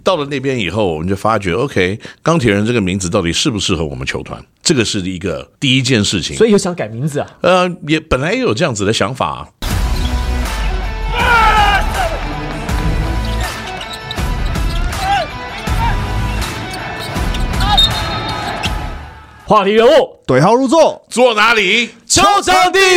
到了那边以后，我们就发觉 OK， 钢铁人这个名字到底适不适合我们球团，这个是一个第一件事情。 所以有想改名字啊？ 也本来也有这样子的想法啊。 话题人物对号入座， 坐哪里？ 球场地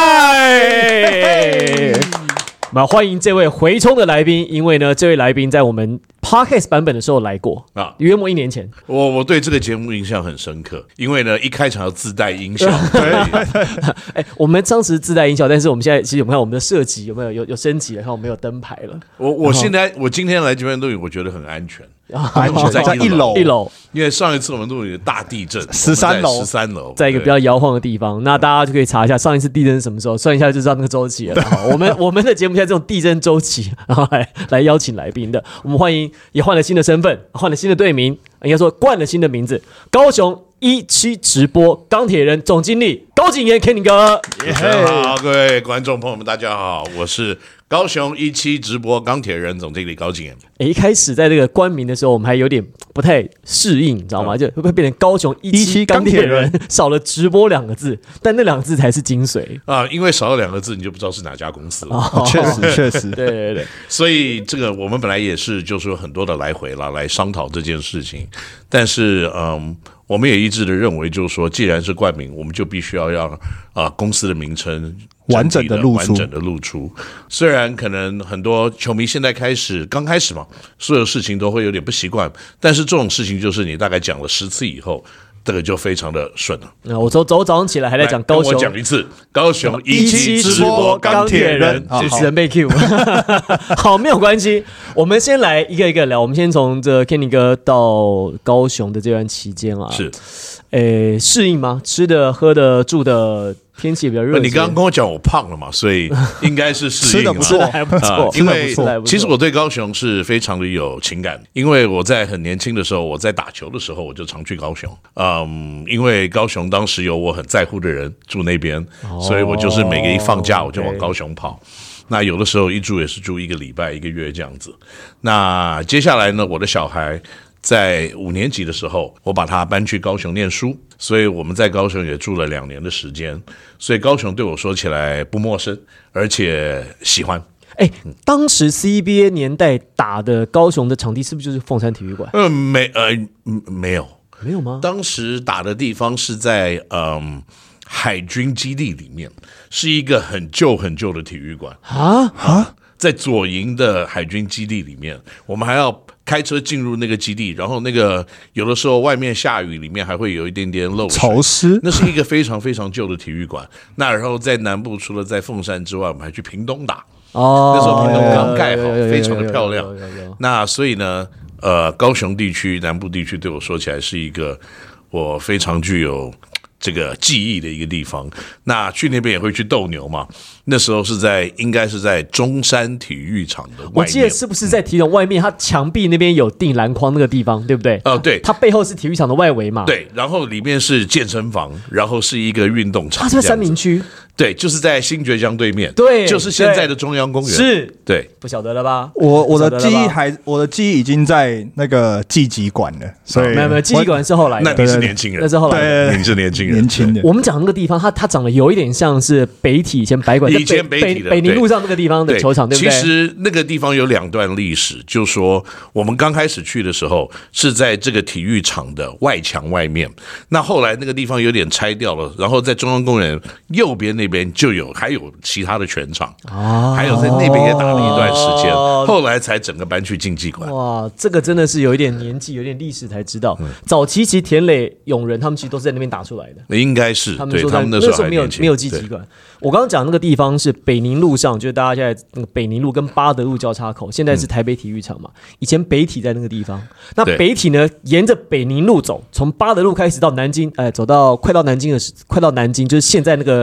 牌。我们欢迎这位回冲的来宾，因为呢，这位来宾在我们 Podcast 版本的时候来过啊，约莫1年前。 我对这个节目印象很深刻，因为呢，一开场要自带音效。 我们当时自带音效，但是我们现在其实我们看我们的设计有没有升级了？看我们有灯牌了。 我今天来这边录影，我觉得很安全。 安全在1楼， 因为上一次我们录影大地震 ，13 楼， 在一个比较摇晃的地方。那大家就可以查一下上一次地震是什么时候，算一下就知道那个周期了。我们的节目现在这种地震周期，然后来邀请来宾的，我们欢迎也换了新的身份，换了新的队名，应该说冠了新的名字，高雄17直播钢铁人总经理高景言 Kenny 哥。 好，各位观众朋友们，大家好，我是高雄17直播钢铁人总经理高景言。 一开始在这个冠名的时候，我们还有点不太适应，你知道吗？就会不会变成高雄17钢铁人，少了直播2个字，但那2个字才是精髓啊！因为少了2个字，你就不知道是哪家公司了。 确实， 对。 所以这个我们本来也是就是有很多的来回啦，来商讨这件事情，但是我们也一致的认为，就是说，既然是冠名，我们就必须要让公司的名称完整的露出。虽然可能很多球迷现在刚开始嘛，所有事情都会有点不习惯，但是这种事情就是你大概讲了10次以后，这个就非常的顺了。 我早上起来还在讲高雄， 我讲一次，高雄17直播钢铁人， 主持人被 Q。好，没有关系，我们先来一个一个聊。我们先从这 Kenny 哥到高雄的这段期间啊， 是， 适应吗？吃的、喝的、住的。天气也比较热。 你刚刚跟我讲我胖了嘛，所以应该是适应了， 吃的还不错。 因为其实我对高雄是非常的有情感，因为我在很年轻的时候，我在打球的时候，我就常去高雄。因为高雄当时有我很在乎的人住那边，所以我就是每个一放假我就往高雄跑。那有的时候一住也是住1个礼拜、1个月这样子。那接下来呢，我的小孩在5年级的时候，我把他搬去高雄念书，所以我们在高雄也住了2年的时间，所以高雄对我说起来不陌生，而且喜欢。 当时 CBA 年代打的高雄的场地是不是就是凤山体育馆？ 没有吗？当时打的地方是在海军基地里面，是一个很旧的体育馆啊，在左营的海军基地里面，我们还要开车进入那个基地，然后那个有的时候外面下雨，里面还会有一点点漏水， 潮湿。 那是一个非常非常旧的体育馆。那然后在南部，除了在凤山之外，我们还去屏东打。那时候屏东刚盖好，非常的漂亮。那所以呢，高雄地区、南部地区对我说起来是一个我非常具有这个记忆的一个地方。那去那边也会去斗牛嘛，那时候应该是在中山体育场的外面。 我记得是不是在体育场外面，它墙壁那边有钉篮筐那个地方，对不对？ 对， 它背后是体育场的外围嘛。 对，然后里面是健身房，然后是一个运动场。 它是不是三民区？ 对，就是在新崛江对面， 对， 就是现在的中央公园。 是， 对， 不晓得了吧？ 我的记忆已经在那个季集馆了，所以没有，季集馆是后来的。 那你是年轻人， 那是后来的， 你是年轻的。 我们讲那个地方，它长得有一点像是北体以前百馆， 以前北体的北宁路上那个地方的球场，对不对？ 其实那个地方有2段历史，就是说我们刚开始去的时候是在这个体育场的外墙外面，那后来那个地方有点拆掉了，然后在中央公园右边那边还有其他的拳场，还有在那边也打了一段时间，后来才整个搬去竞技馆。 哇，这个真的是有一点年纪，有点历史才知道。早期其实田磊、永仁他们其实都是在那边打出来的， 应该是他们说他们那时候没有竞技馆。我刚刚讲那个地方是北宁路上，就是大家现在那个北宁路跟八德路交叉口，现在是台北体育场嘛。以前北体在那个地方，那北体呢沿着北宁路走，从八德路开始到南京，走到快到南京，就是现在那个警察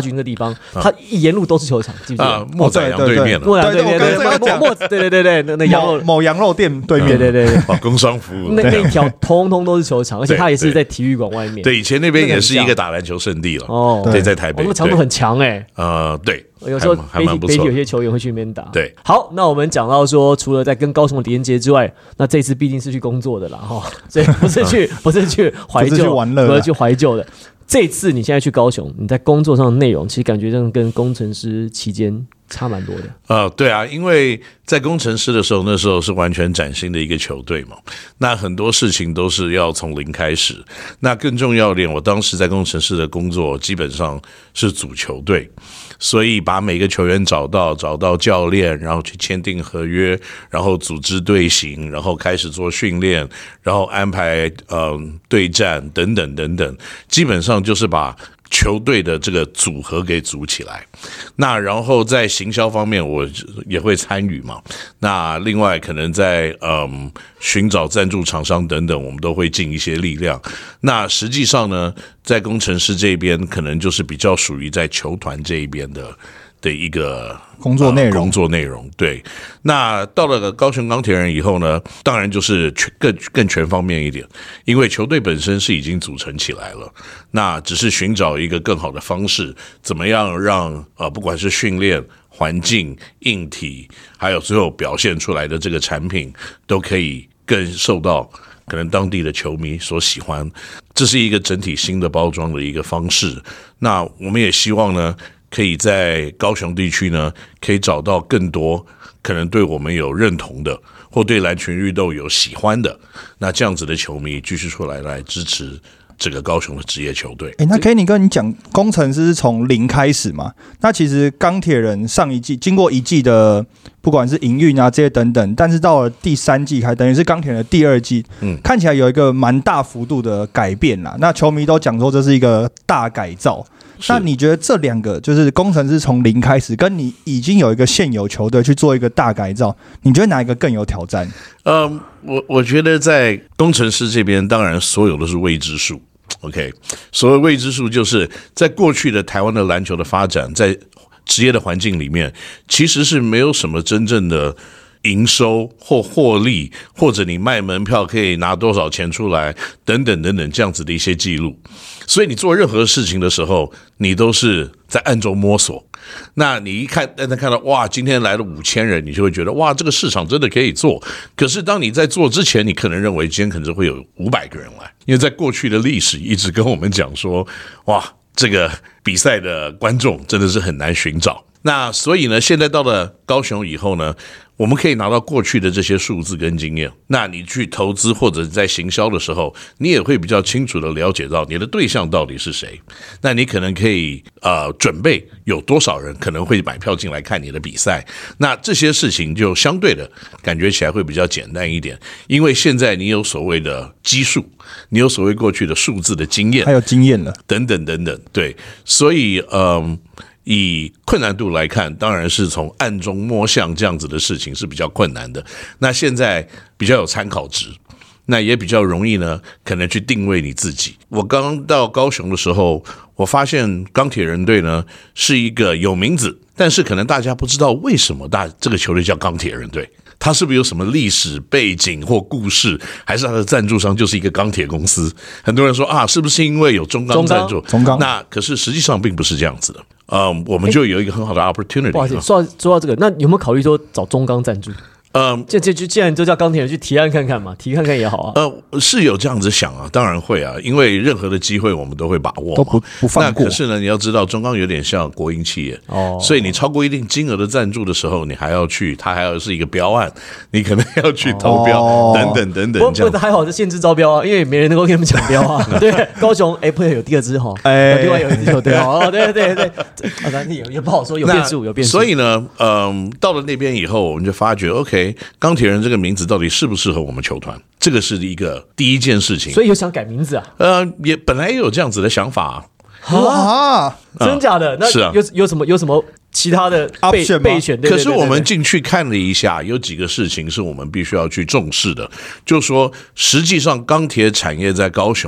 局那个地方，它沿路都是球场，记不记得？ 莫仔羊对面了， 莫仔对那羊肉某羊肉店对面， 对， 工商服务那一条通通都是球场，而且它也是在体育馆外面。 对，以前那边也是一个打篮球圣地了。哦，对，在台北， 那个强度很强哎。 对。 有时候北体有些球员会去那边打。 对， 好，那我们讲到说，除了在跟高雄连接之外，那这次必定是去工作的啦，所以不是去怀旧， 不是去玩乐， 不是去怀旧的。这次你现在去高雄，你在工作上的内容，其实感觉上跟工程师期间差蛮多的。 对啊，因为在工程师的时候，那时候是完全崭新的一个球队嘛，那很多事情都是要从零开始。那更重要一点，我当时在工程师的工作基本上是组球队，所以把每个球员找到教练，然后去签订合约，然后组织队形，然后开始做训练，然后安排对战等等等等，基本上就是把球队的这个组合给组起来。那然后在行销方面我也会参与嘛，那另外可能在寻找赞助厂商等等，我们都会尽一些力量。那实际上呢，在工程师这边可能就是比较属于在球团这一边的一个工作内容。对，那到了高雄钢铁人以后呢，当然就是更全方面一点，因为球队本身是已经组成起来了，那只是寻找一个更好的方式，怎么样让不管是训练环境、硬体，还有最后表现出来的这个产品，都可以更受到可能当地的球迷所喜欢。这是一个整体新的包装的一个方式。那我们也希望呢，可以在高雄地区呢，可以找到更多可能对我们有认同的，或对蓝群绿豆有喜欢的，那这样子的球迷继续出来支持这个高雄的职业球队。 那 Kenny 哥，你讲工程师是从零开始嘛？那其实钢铁人上一季经过一季的不管是营运啊这些等等，但是到了第3季等于是钢铁人的第2季，看起来有一个蛮大幅度的改变啦。那球迷都讲说这是一个大改造。那你觉得这两个就是工程师从零开始，跟你已经有一个现有球队去做一个大改造，你觉得哪一个更有挑战？ 我觉得在工程师这边，当然所有都是未知数。OK， 所谓未知数，就是在过去的台湾的篮球的发展，在职业的环境里面，其实是没有什么真正的营收或获利，或者你卖门票可以拿多少钱出来，等等等等这样子的一些记录。所以你做任何事情的时候，你都是在暗中摸索。那你一看到哇，今天来了5000人，你就会觉得哇，这个市场真的可以做。可是当你在做之前，你可能认为今天可能会有500个人来，因为在过去的历史一直跟我们讲说，哇，这个比赛的观众真的是很难寻找。那所以呢，现在到了高雄以后呢，我们可以拿到过去的这些数字跟经验，那你去投资或者在行销的时候，你也会比较清楚的了解到你的对象到底是谁。那你可能可以准备有多少人可能会买票进来看你的比赛。那这些事情就相对的感觉起来会比较简单一点，因为现在你有所谓的基数，你有所谓过去的数字的经验， 还有经验了， 等等等等。对，所以以困难度来看，当然是从暗中摸象这样子的事情是比较困难的。那现在比较有参考值，那也比较容易呢，可能去定位你自己。我刚刚到高雄的时候，我发现钢铁人队呢是一个有名字，但是可能大家不知道为什么这个球队叫钢铁人队。它是不是有什么历史背景或故事，还是它的赞助商就是一个钢铁公司？很多人说啊，是不是因为有中钢赞助？ 中钢， 那可是实际上并不是这样子的。我们就有一个很好的 opportunity。 不好意思，说到这个，那有没有考虑说找中钢赞助？既然就叫钢铁人去提案看看嘛，提看看也好啊。 是有这样子想啊，当然会啊，因为任何的机会我们都会把握嘛， 都不放过。 那可是呢，你要知道中钢有点像国营企业所以你超过一定金额的赞助的时候，你还要去，它还要是一个标案，你可能要去投标，等等等等。 不还好是限制招标啊，因为没人能够跟你们抢标啊。对，高雄不会有第2支哈，另外有一支球队对，也不好说，有变数。 所以呢，到了那边以后，我们就发觉 OK。钢铁人这个名字到底适不适合我们球团？这个是第一件事情。 所以有想改名字啊？ 也本来也有这样子的想法真假的？那是啊， 有什么其他的备选？ 可是我们进去看了一下，有几个事情是我们必须要去重视的，就是说，实际上钢铁产业在高雄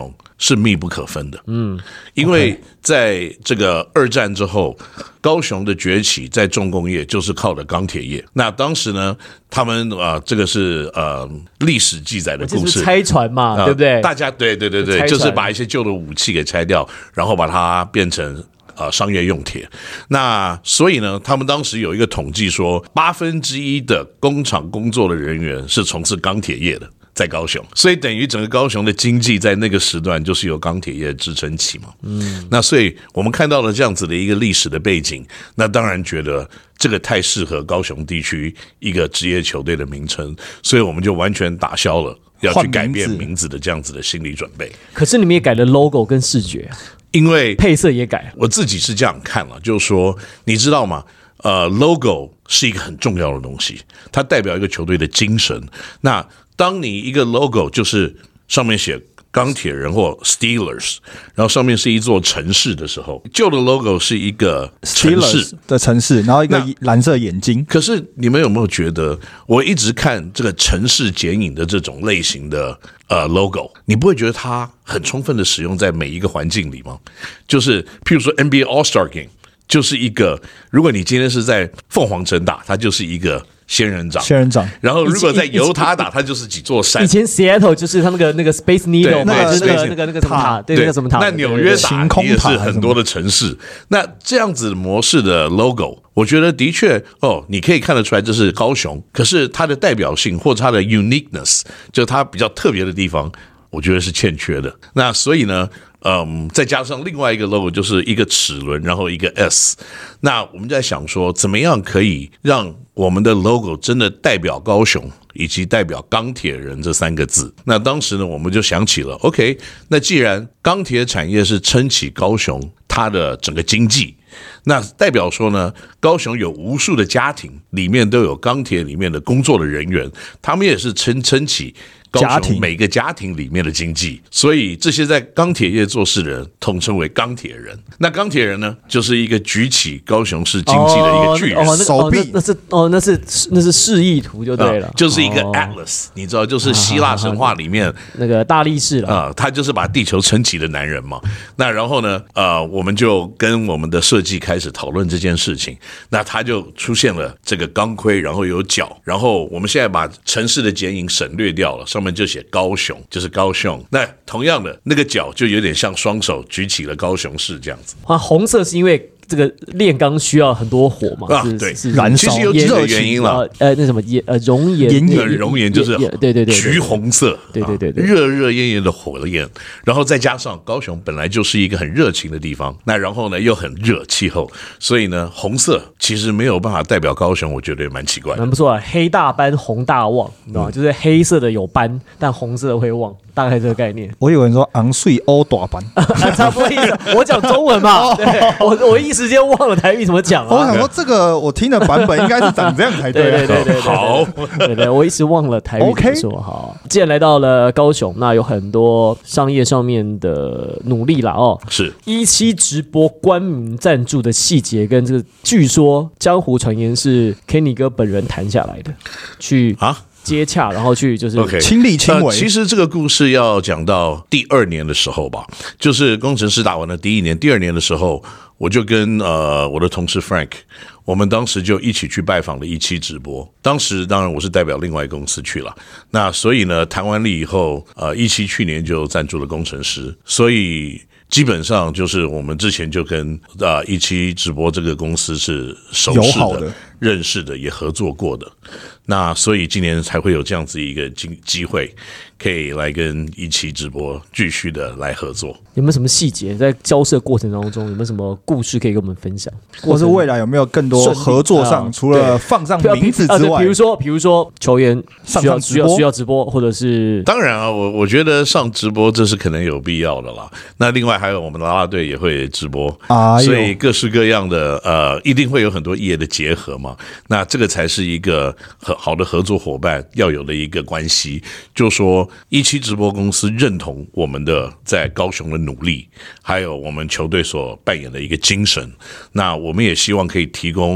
是密不可分的。因为在这个二战之后，高雄的崛起在重工业就是靠的钢铁业。那当时呢，他们这个是历史记载的故事， 就是拆船嘛，对不对？ 大家对，就是把一些旧的武器给拆掉，然后把它变成商业用铁。那所以呢，他们当时有一个统计说，1/8的工厂工作的人员是从事钢铁业的。在高雄，所以等于整个高雄的经济在那个时段就是由钢铁业支撑起嘛。那所以我们看到了这样子的一个历史的背景，那当然觉得这个太适合高雄地区一个职业球队的名称，所以我们就完全打消了要去改变名字的这样子的心理准备。 可是你们也改了 logo 跟视觉， 因为配色也改。 我自己是这样看了，就是说，你知道吗？logo 是一个很重要的东西，它代表一个球队的精神。那当你一个 logo 就是上面写钢铁人或 Steelers， 然后上面是一座城市的时候，旧的 logo 是一个城市的城市，然后一个蓝色眼睛。 可是你们有没有觉得，我一直看这个城市剪影的这种类型的logo， 你不会觉得它很充分的使用在每一个环境里吗？就是譬如说 NBA All-Star Game。就是一个，如果你今天是在凤凰城打，它就是一个仙人掌。然后如果在犹他打，它就是几座山。 以前 Seattle 就是他那个 Space Needle 嘛，就是那个什么塔，对，那个什么塔。 那纽约打也是很多的城市。那这样子模式的 logo， 我觉得的确你可以看得出来这是高雄，可是它的代表性或它的 uniqueness， 就它比较特别的地方，我觉得是欠缺的。那所以呢？再加上另外一个 logo 就是一个齿轮，然后一个 S。那我们在想说，怎么样可以让我们的 logo 真的代表高雄，以及代表钢铁人这3个字？那当时呢，我们就想起了 ，OK， 那既然钢铁产业是撑起高雄它的整个经济，那代表说呢，高雄有无数的家庭里面都有钢铁里面的工作的人员，他们也是撑起高雄每个家庭里面的经济，所以这些在钢铁业做事的人统称为钢铁人。那钢铁人呢，就是一个举起高雄市经济的一个巨人， 手臂那是示意图就对了， 就是一个 Atlas， 你知道，就是希腊神话里面那个大力士了他就是把地球撑起的男人嘛。那然后呢，我们就跟我们的设计开始讨论这件事情，那他就出现了这个钢盔，然后有角，然后我们现在把城市的剪影省略掉了，上面就写高雄，就是高雄。那同样的那个角就有点像双手举起了高雄市这样子。 红色是因为这个炼钢需要很多火嘛， 对， 燃烧， 其实有几个原因了。 那什么熔岩就是对橘红色， 对， 热焰焰的火焰。然后再加上高雄本来就是一个很热情的地方，那然后呢又很热气候，所以呢红色其实没有办法代表高雄，我觉得也蛮奇怪的。 蛮不错啊，黑大斑红大旺，你知道吗？就是黑色的有斑，但红色的会旺，大概这个概念。 我以为你说昂睡欧大斑， 差不多意思。我讲中文嘛，对，我一时间忘了台语怎么讲啊。 我想说这个我听的版本应该是长这样才对。 对， 好， 对，我一时忘了台语怎么说。好，既然来到了高雄，那有很多商业上面的努力啦是 17直播官民赞助的细节跟这个，据说江湖传言是 Kenny 哥本人谈下来的，去接洽，然后去就是亲力亲为。 其实这个故事要讲到第2年的时候吧，就是工程师打完了第1年，第2年的时候，我就跟我的同事 Frank， 我们当时就一起去拜访了17直播。当时当然我是代表另外一个公司去了，那所以呢谈完了以后，17去年就赞助了工程师，所以基本上就是我们之前就跟17直播这个公司是熟识的、认识的，也合作过的。那所以今年才会有这样子一个机会，可以来跟17直播继续的来合作。 有没有什么细节在交涉过程当中，有没有什么故事可以跟我们分享？ 或是未来有没有更多合作上，除了放上名字之外， 比如说球员需要直播，或者是当然啊，我觉得上直播这是可能有必要的啦。那另外还有我们啦啦队也会直播，所以各式各样的一定会有很多业的结合嘛。那这个才是一个很好的合作伙伴要有的一个关系。就说17直播公司认同我们的在高雄的努力，还有我们球队所扮演的一个精神。那我们也希望可以提供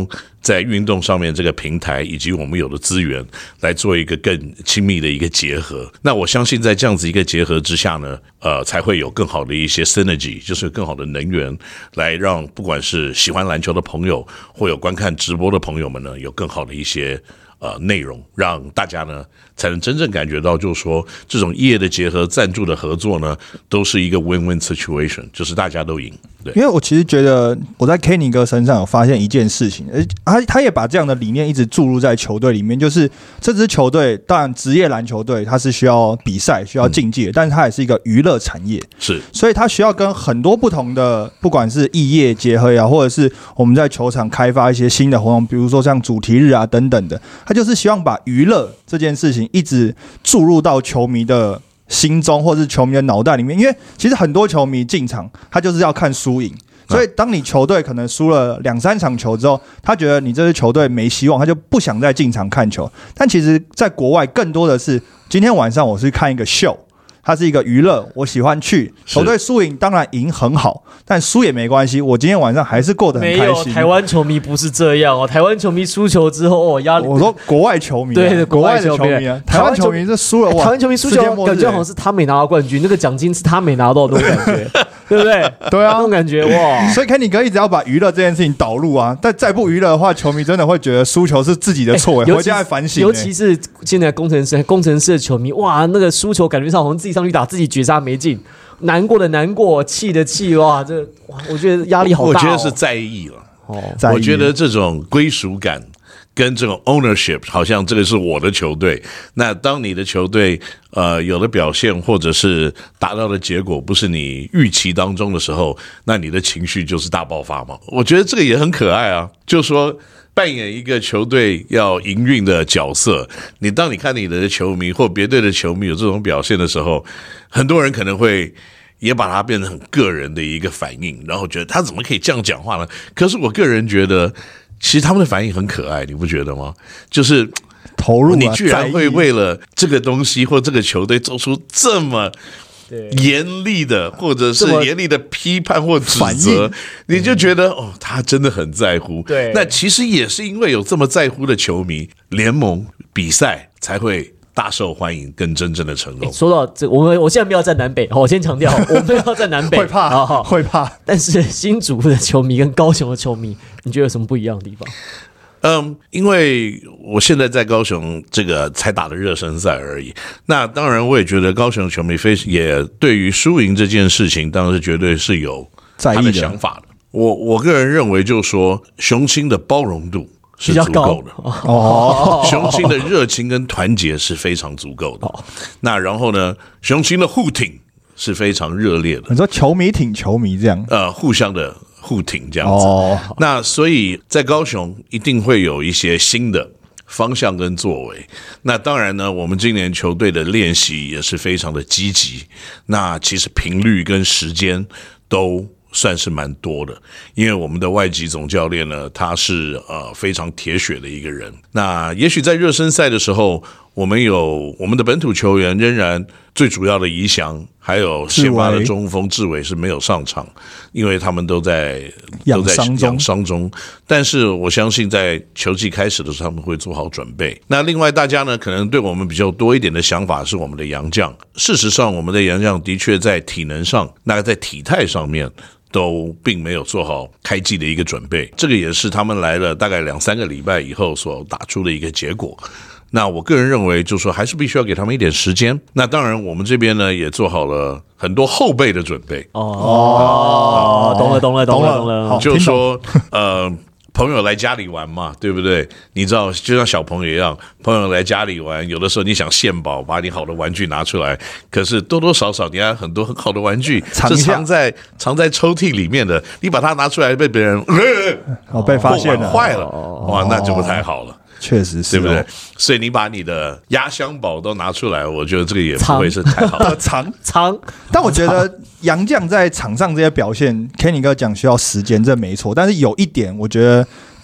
在运动上面这个平台以及我们有的资源来做一个更亲密的一个结合。那我相信在这样子一个结合之下呢，才会有更好的一些 synergy， 就是更好的能源，来让不管是喜欢篮球的朋友或有观看直播的朋友们呢，有更好的一些内容，让大家呢才能真正感觉到，就是说这种业的结合、赞助的合作呢，都是一个 win-win situation， 就是大家都赢。对， 因为我其实觉得我在 Kenny 哥身上有发现一件事情，他也把这样的理念一直注入在球队里面，就是这支球队当然职业篮球队它是需要比赛、需要竞技，但是它也是一个娱乐产业， 是， 所以它需要跟很多不同的，不管是异业结合呀，或者是我们在球场开发一些新的活动，比如说像主题日啊等等的，他就是希望把娱乐这件事情一直注入到球迷的心中，或是球迷的脑袋里面。因为其实很多球迷进场，他就是要看输赢，所以当你球队可能输了2-3场球之后，他觉得你这支球队没希望，他就不想再进场看球。但其实在国外更多的是，今天晚上我是看一个秀，它是一个娱乐，我喜欢去。球队输赢当然赢很好，但输也没关系，我今天晚上还是过得很开心。 没有，台湾球迷不是这样哦。台湾球迷输球之后压力。 我说国外球迷， 对国外的球迷啊，台湾球迷是输了， 台湾球迷输球感觉好像是他没拿到冠军，那个奖金是他没拿到的那种感觉。对不对？ 对啊， 那种感觉哇！ 所以 Kenny 哥一直要把娱乐这件事情导入啊，但再不娱乐的话，球迷真的会觉得输球是自己的错，回家来反省。 尤其是现在工程师的球迷，哇，那个输球感觉上好像自己上去打，自己绝杀没进，难过的难过，气的气，哇，我觉得压力好大。 我觉得是在意了。我觉得这种归属感跟这种 ownership， 好像这个是我的球队。那当你的球队有的表现或者是达到的结果不是你预期当中的时候，那你的情绪就是大爆发嘛。我觉得这个也很可爱啊，就是说扮演一个球队要营运的角色，当你看你的球迷或别队的球迷有这种表现的时候，很多人可能会也把它变成很个人的一个反应，然后觉得他怎么可以这样讲话呢？可是我个人觉得其实他们的反应很可爱，你不觉得吗？就是投入， 你居然会为了这个东西或这个球队做出这么严厉的或者是严厉的批判或指责，你就觉得他真的很在乎。 对， 那其实也是因为有这么在乎的球迷，联盟比赛才会大受欢迎，更真正的成功。 说到这，我现在没有在南北，我先强调，我没有在南北， 会怕。 但是新竹的球迷跟高雄的球迷，你觉得有什么不一样的地方？ 因为我现在在高雄这个才打的热身赛而已。那当然，我也觉得高雄球迷也对于输赢这件事情，当然是绝对是有他的想法的。我个人认为，就是说雄青的包容度是足够的雄青的热情跟团结是非常足够的。那然后呢，雄青的互挺是非常热烈的。 你说球迷挺球迷这样， 互相的互挺这样子。那所以在高雄一定会有一些新的方向跟作为。那当然呢，我们今年球队的练习也是非常的积极。那其实频率跟时间都算是蛮多的，因为我们的外籍总教练呢，他是非常铁血的一个人。那也许在热身赛的时候，我们有我们的本土球员，仍然最主要的宜翔还有先发的中锋志伟是没有上场，因为他们都在养伤中。但是我相信在球季开始的时候，他们会做好准备。那另外大家呢，可能对我们比较多一点的想法是我们的洋将。事实上，我们的洋将的确在体能上，那在体态上面都并没有做好开季的一个准备，这个也是他们来了大概2-3个礼拜以后所打出的一个结果。那我个人认为，就是说还是必须要给他们一点时间。那当然，我们这边呢也做好了很多后备的准备。 懂了。 就是说，朋友来家里玩嘛，对不对？你知道，就像小朋友一样，朋友来家里玩，有的时候你想献宝，把你好的玩具拿出来，可是多多少少你还很多很好的玩具是藏在抽屉里面的，你把它拿出来被别人被发现了， 坏了，哇，那就不太好了。 确实是， 对不对？所以你把你的压箱宝都拿出来，我觉得这个也不会是太好的藏。但我觉得洋将在场上这些表现 ，Kenny 哥讲需要时间，这没错。但是有一点，我觉得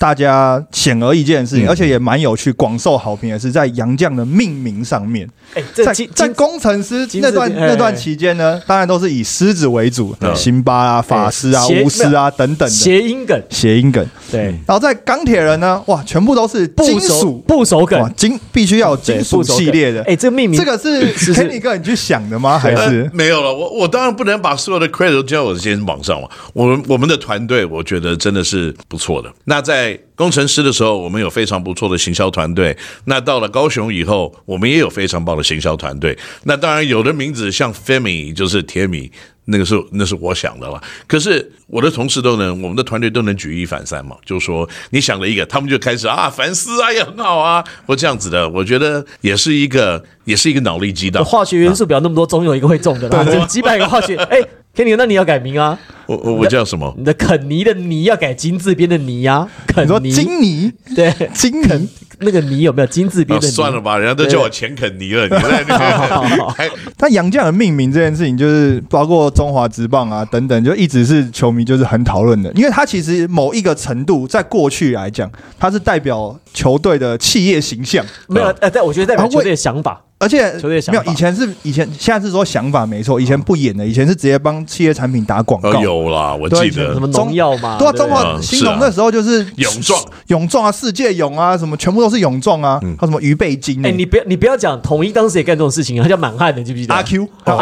大家显而易见的事情，而且也蛮有趣、广受好评的是在洋将的命名上面。在工程师那段期间呢，当然都是以狮子为主，辛巴啊、法师啊、巫师啊等等的谐音梗。对， 然后在钢铁人呢，哇，全部都是金属部首梗， 必须要有金属系列的。 这个命名， 这个是 Kenny 哥你去想的吗？还是没有了？我当然不能把所有的 credit 都交我的肩膀上嘛。我们的团队，我觉得真的是不错的。那在工程师的时候，我们有非常不错的行销团队。那到了高雄以后，我们也有非常棒的行销团队。那当然，有的名字像 Femi 就是铁米，那是我想的了。可是我的同事我们的团队都能举一反三嘛，就是说你想了一个，他们就开始反思也很好啊，或这样子的。我觉得也是一个脑力激荡。 化学元素表那么多，总有一个会中的啦。对，几百个化学，Kenny 那你要改名啊？ 我叫什么？ 你的肯尼的尼要改金字边的尼啊，肯尼金尼， 对， 金尼那个尼有没有金字边的尼？ 算了吧，人家都叫我钱肯尼了。你在那边，但洋将的命名这件事情，就是包括中华职棒啊等等，就一直是球迷就是很讨论的，因为它其实某一个程度，在过去来讲，它是代表球队的企业形象。 没有，但我觉得代表球队的想法。 而且没有，以前，现在是说想法没错，以前不演的，以前是直接帮企业产品打广告。 有啦，我记得什么农药嘛， 对啊，中华兴农那时候就是泳壮啊，世界泳啊，什么全部都是泳壮啊，还有什么鱼背金。 你不要讲统一当时也干这种事情啊，他叫满汉的，记不记得？ 阿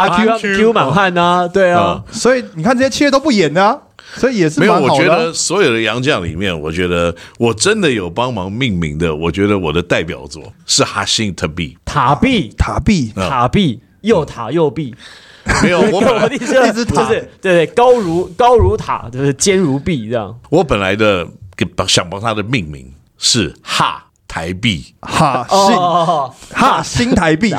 Q 满汉啊，对啊， 所以你看这些企业都不演的啊。所以也是没有，我觉得所有的洋将里面，我觉得我真的有帮忙命名的。我觉得我的代表作是哈辛塔比， 塔壁， 又塔又壁。 没有，我一直塔，就是对，高如塔，就是坚如壁这样。 我本来的想帮他的命名是哈台币， 新台币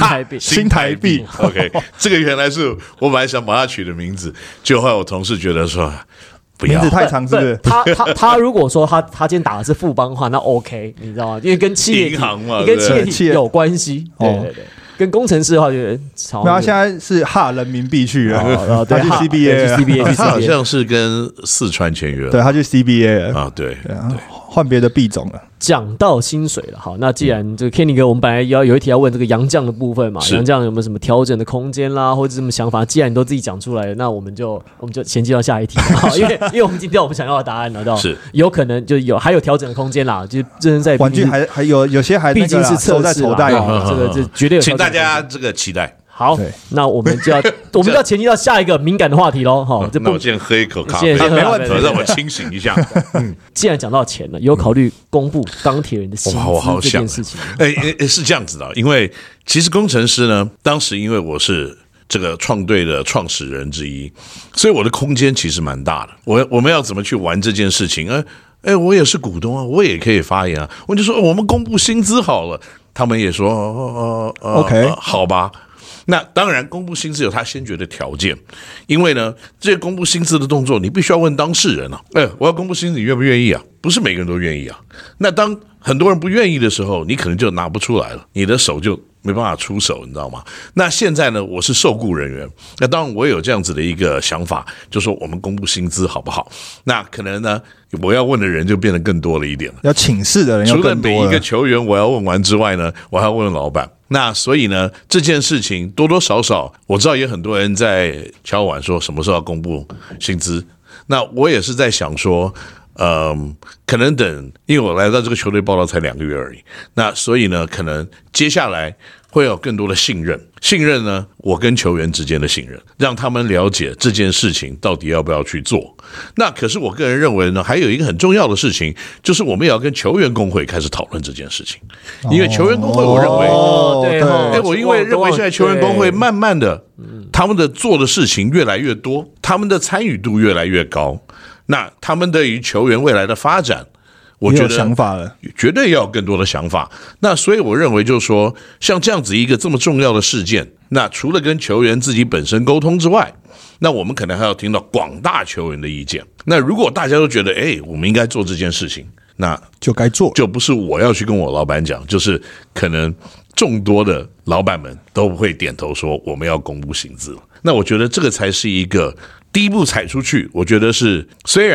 OK， 这个原来是我本来想把他取的名字，结果后来我同事觉得说不要， 名字太长，是不是？ 他如果说他今天打的是富邦的话，那 OK， 你知道吗？因为跟企业银行嘛， 跟企业有关系。对。跟工程师的话，就超。 然后现在是人民币去了，他去 CBA， 他好像是跟四川签约， 对，他去 CBA 啊，对， 换别的币种了。 讲到薪水了，好，那既然这个 Kenny 哥，我们本来有一题要问这个洋将的部分嘛，洋将有没有什么调整的空间啦，或者什么想法？既然你都自己讲出来了，那我们就衔接到下一题，因为我们今天我们想要的答案拿到是有可能就还有调整的空间啦，就真的在玩具还有些还毕竟是测试口袋， 这绝对有， 请大家这个期待。 好，那我们就要前进到下一个敏感的话题喽。好， 那我先喝一口咖啡， 没问题， 让我清醒一下。 既然讲到钱了，有考虑公布钢铁人的薪资这件事情？ 是这样子的，因为其实工程师呢，当时因为我是这个创队的创始人之一，所以我的空间其实蛮大的。我们要怎么去玩这件事情？我也是股东啊，我也可以发言啊。我就说我们公布薪资好了，他们也说 OK， 好吧。那当然，公布薪资有他先决的条件，因为呢，这些公布薪资的动作，你必须要问当事人啊。我要公布薪资，你愿不愿意啊？不是每个人都愿意啊。那当很多人不愿意的时候，你可能就拿不出来了，你的手就没办法出手，你知道吗？那现在呢，我是受雇人员，那当然我有这样子的一个想法，就说我们公布薪资好不好？那可能呢，我要问的人就变得更多了一点了， 要请示的人要更多了。 除了每一个球员我要问完之外呢，我还要问老板。那所以呢，这件事情多多少少，我知道也很多人在敲碗说什么时候要公布薪资。那我也是在想说，可能等，因为我来到这个球队报道才2个月而已。那所以呢，可能接下来会有更多的信任呢，我跟球员之间的信任，让他们了解这件事情到底要不要去做。那可是我个人认为呢，还有一个很重要的事情，就是我们也要跟球员工会开始讨论这件事情。因为球员工会，我认为，我因为认为现在球员工会慢慢的，他们的做的事情越来越多，他们的参与度越来越高，那他们对于球员未来的发展，我觉得想法了， 绝对要有更多的想法。那所以我认为就是说，像这样子一个这么重要的事件，那除了跟球员自己本身沟通之外，那我们可能还要听到广大球员的意见。那如果大家都觉得，我们应该做这件事情，那就该做， 就不是我要去跟我老板讲，就是可能众多的老板们都会点头说我们要公布薪资。那我觉得这个才是一个第一步踩出去，我觉得是虽然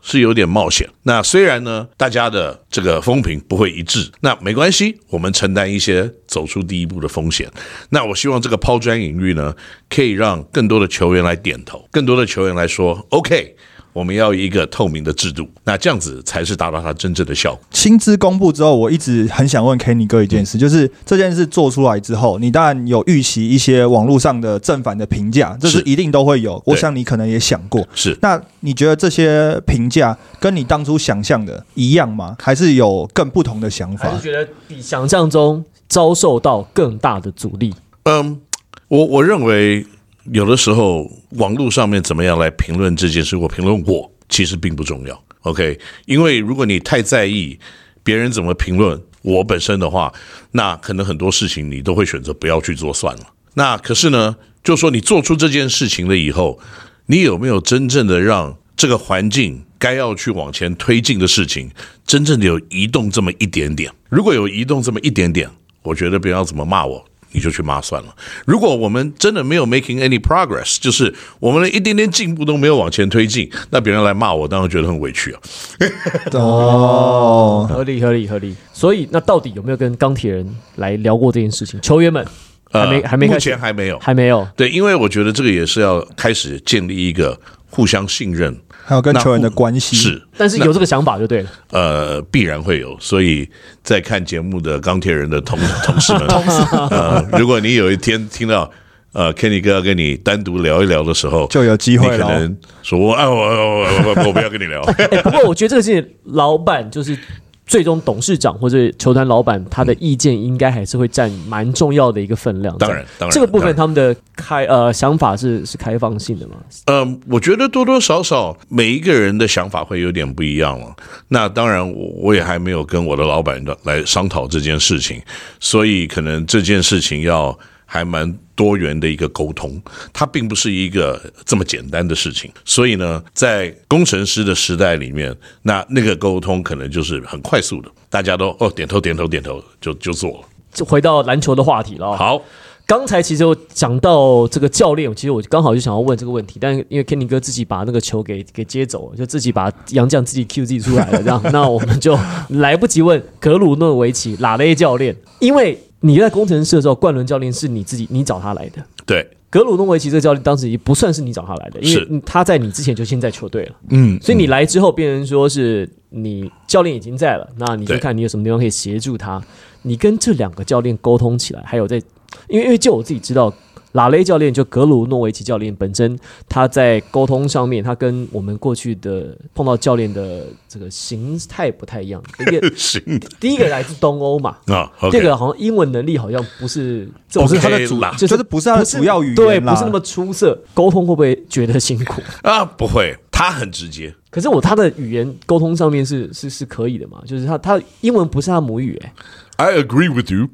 是有点冒险。那虽然呢，大家的这个风评不会一致，那没关系，我们承担一些走出第一步的风险。那我希望这个抛砖引玉呢，可以让更多的球员来点头，更多的球员来说 OK，我们要一个透明的制度，那这样子才是达到它真正的效果。 薪资公布之后，我一直很想问 Kenny 哥一件事，就是这件事做出来之后，你当然有预期一些网络上的正反的评价，这是一定都会有。我想你可能也想过， 是。 那你觉得这些评价跟你当初想象的一样吗？还是有更不同的想法？ 还是觉得比想象中遭受到更大的阻力？ 我认为。有的时候，网络上面怎么样来评论这件事，或评论我，其实并不重要。OK， 因为如果你太在意别人怎么评论我本身的话，那可能很多事情你都会选择不要去做算了。那可是呢，就说你做出这件事情了以后，你有没有真正的让这个环境该要去往前推进的事情，真正的有移动这么一点点？如果有移动这么一点点，我觉得别人要怎么骂我，你就去骂算了。如果我们真的没有 making any progress， 就是我们连一点点进步都没有往前推进，那别人来骂我，当然觉得很委屈啊。 哦， 合理。所以那到底有没有跟钢铁人来聊过这件事情？球员们还没开始， 目前还没有。对，因为我觉得这个也是要开始建立一个互相信任。 还有跟球员的关系是， 但是有这个想法就对了。 必然会有。所以在看节目的钢铁人的同事们，如果你有一天听到Kenny 哥要跟你单独聊一聊的时候， 就有机会了。 你可能说我不要跟你聊。 不过我觉得这个是老板就是。最终董事长或者球团老板他的意见应该还是会占蛮重要的一个分量。 当然， 这个部分他们的想法是开放性的吗？ 我觉得多多少少每一个人的想法会有点不一样了。那当然我也还没有跟我的老板来商讨这件事情，所以可能这件事情要还蛮多元的一个沟通，它并不是一个这么简单的事情。所以呢，在工程师的时代里面，那个沟通可能就是很快速的，大家都点头就做了。 就回到篮球的话题了。 好， 刚才其实我讲到这个教练，其实我刚好就想要问这个问题，但因为 Kenny 哥自己把那个球给接走了，就自己把洋将自己 Q 自己出来了，这样，那我们就来不及问格鲁诺维奇拉雷教练，因为你在工程师的时候，冠伦教练是你找他来的。 对， 格鲁诺维奇这个教练当时也不算是你找他来的，因为他在你之前就先在球队了。所以你来之后，变成说是你教练已经在了，那你就看你有什么地方可以协助他。你跟这两个教练沟通起来，还有因为就我自己知道。拉雷教练就格鲁诺维奇教练本身，他在沟通上面，他跟我们过去的碰到教练的这个形态不太一样。第一个来自东欧嘛，这个好像英文能力好像不是他的就是不是他的主要语言， 对，不是那么出色。沟通会不会觉得辛苦啊？不会，他很直接。 可是他的语言沟通上面是可以的嘛？就是他英文不是他母语 I agree with you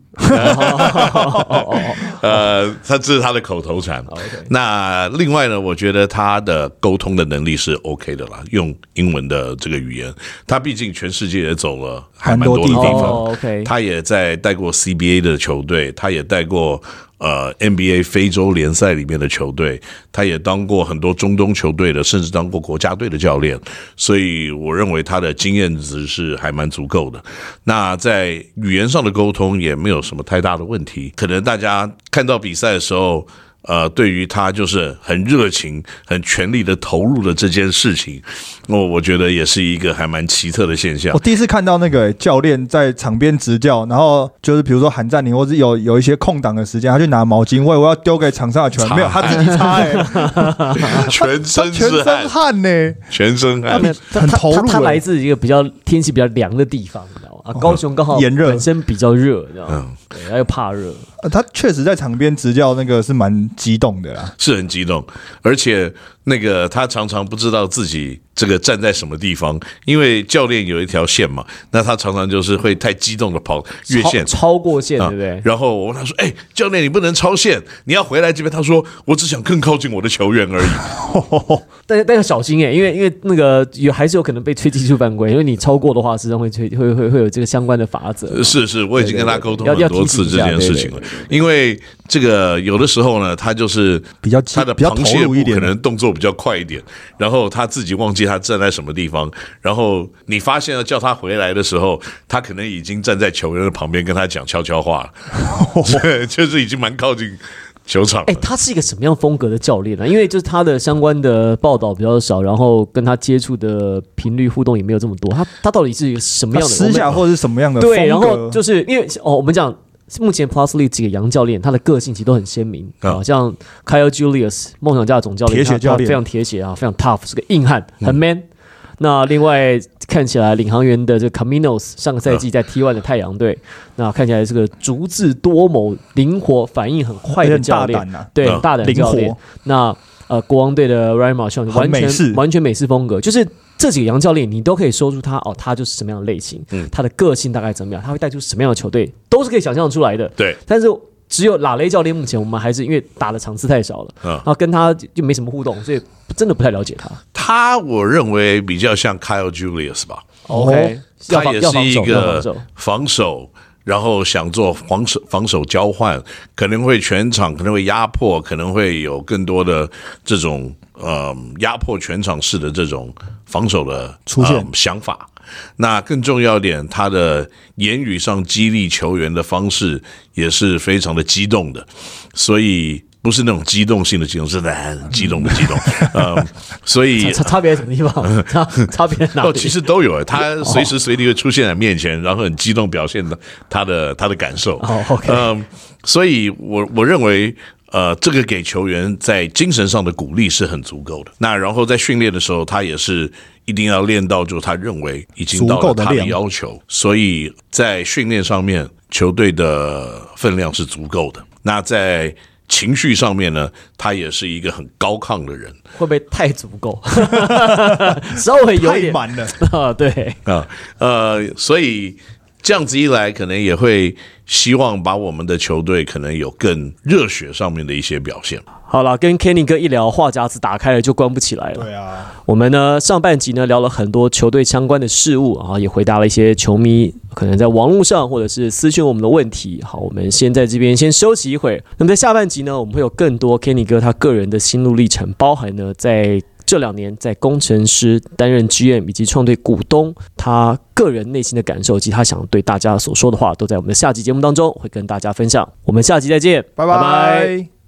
这是他的口头禅。那另外呢，我觉得他的沟通的能力是 OK 的啦，用英文的这个语言，他毕竟全世界也走了还蛮多的地方。他也在带过 CBA 的球队，他也带过NBA 非洲联赛里面的球队，他也当过很多中东球队的，甚至当过国家队的教练，所以我认为他的经验值是还蛮足够的。那在语言上的沟通也没有什么太大的问题，可能大家看到比赛的时候对于他就是很热情、很全力的投入的这件事情，我觉得也是一个还蛮奇特的现象。 我第一次看到那个教练在场边执教，然后就是比如说喊暂停，或是有一些空档的时间，他去拿毛巾，我要丢给场上的球员，没有，他自己擦全身汗呢， 全身汗， 很投入。 他来自一个天气比较凉的地方，你知道吗？高雄刚好本身比较热，你知道吗？对，他又怕热。 他确实在场边执教那个是蛮激动的啦， 是很激动，而且那个他常常不知道自己这个站在什么地方，因为教练有一条线嘛，那他常常就是会太激动的跑越线， 超过线，对不对？ 然后我问他说：“教练，你不能超线，你要回来这边。”他说：“我只想更靠近我的球员而已。” 但要小心因为那个还是有可能被吹技术犯规，因为你超过的话，实际上会有这个相关的法则。 是，我已经跟他沟通很多次这件事情了。 因为这个有的时候呢，他就是他的螃蟹部可能动作比较快一点，然后他自己忘记他站在什么地方，然后你发现了叫他回来的时候，他可能已经站在球员的旁边跟他讲悄悄话了，就是已经蛮靠近球场。 他是一个什么样风格的教练呢？因为就是他的相关的报道比较少，然后跟他接触的频率互动也没有这么多。他到底是一个什么样的私下或者是什么样的风格？ 对，然后就是因为我们讲目前 Plus League 几个洋教练，他的个性其实都很鲜明啊，像 Kyle Julius 梦想家的总教练， 铁血教练， 非常铁血啊，非常 tough， 是个硬汉，很 man。那另外看起来领航员的这个 Caminos 上个赛季在 T1 的太阳队，那看起来是个足智多谋、灵活、反应很快的教练，对，很大胆的教练。那国王队的 Ryan Marchand 完全美式风格，就是这几个洋教练你都可以说出他就是什么样的类型，他的个性大概怎么样，他会带出什么样的球队，都是可以想象出来的。 对， 但是只有拉雷教练目前我们还是因为打的场次太少了，然后跟他就没什么互动，所以真的不太了解他。 我认为比较像 Kyle Julius 吧。 OK， 他也是一个防守，然后想做防守交换，可能会全场，可能会压迫，可能会有更多的这种压迫全场式的这种防守的出现想法。那更重要一点，他的言语上激励球员的方式也是非常的激动的，所以不是那种激动性的激动，是很激动的激动。所以差别在什么地方？差别在哪里？ 其实都有，他随时随地会出现在面前，然后很激动表现的他的感受。 OK， 所以我认为。这个给球员在精神上的鼓励是很足够的。那然后在训练的时候，他也是一定要练到，就是他认为已经到了他的要求。所以在训练上面，球队的分量是足够的。那在情绪上面呢，他也是一个很高亢的人。 会不会太足够？稍微有点太满了对所以。这样子一来，可能也会希望把我们的球队可能有更热血上面的一些表现。 好了，跟 Kenny 哥一聊，话匣子打开了就关不起来了。 对啊， 我们呢上半集呢聊了很多球队相关的事物啊，也回答了一些球迷可能在网络上或者是私讯我们的问题。好，我们先在这边先休息一会。那么在下半集呢，我们会有更多 Kenny 哥他个人的心路历程，包含呢在这2年在工程师担任 GM 以及创队股东，他个人内心的感受及他想对大家所说的话，都在我们的下集节目当中会跟大家分享。我们下集再见， 拜拜。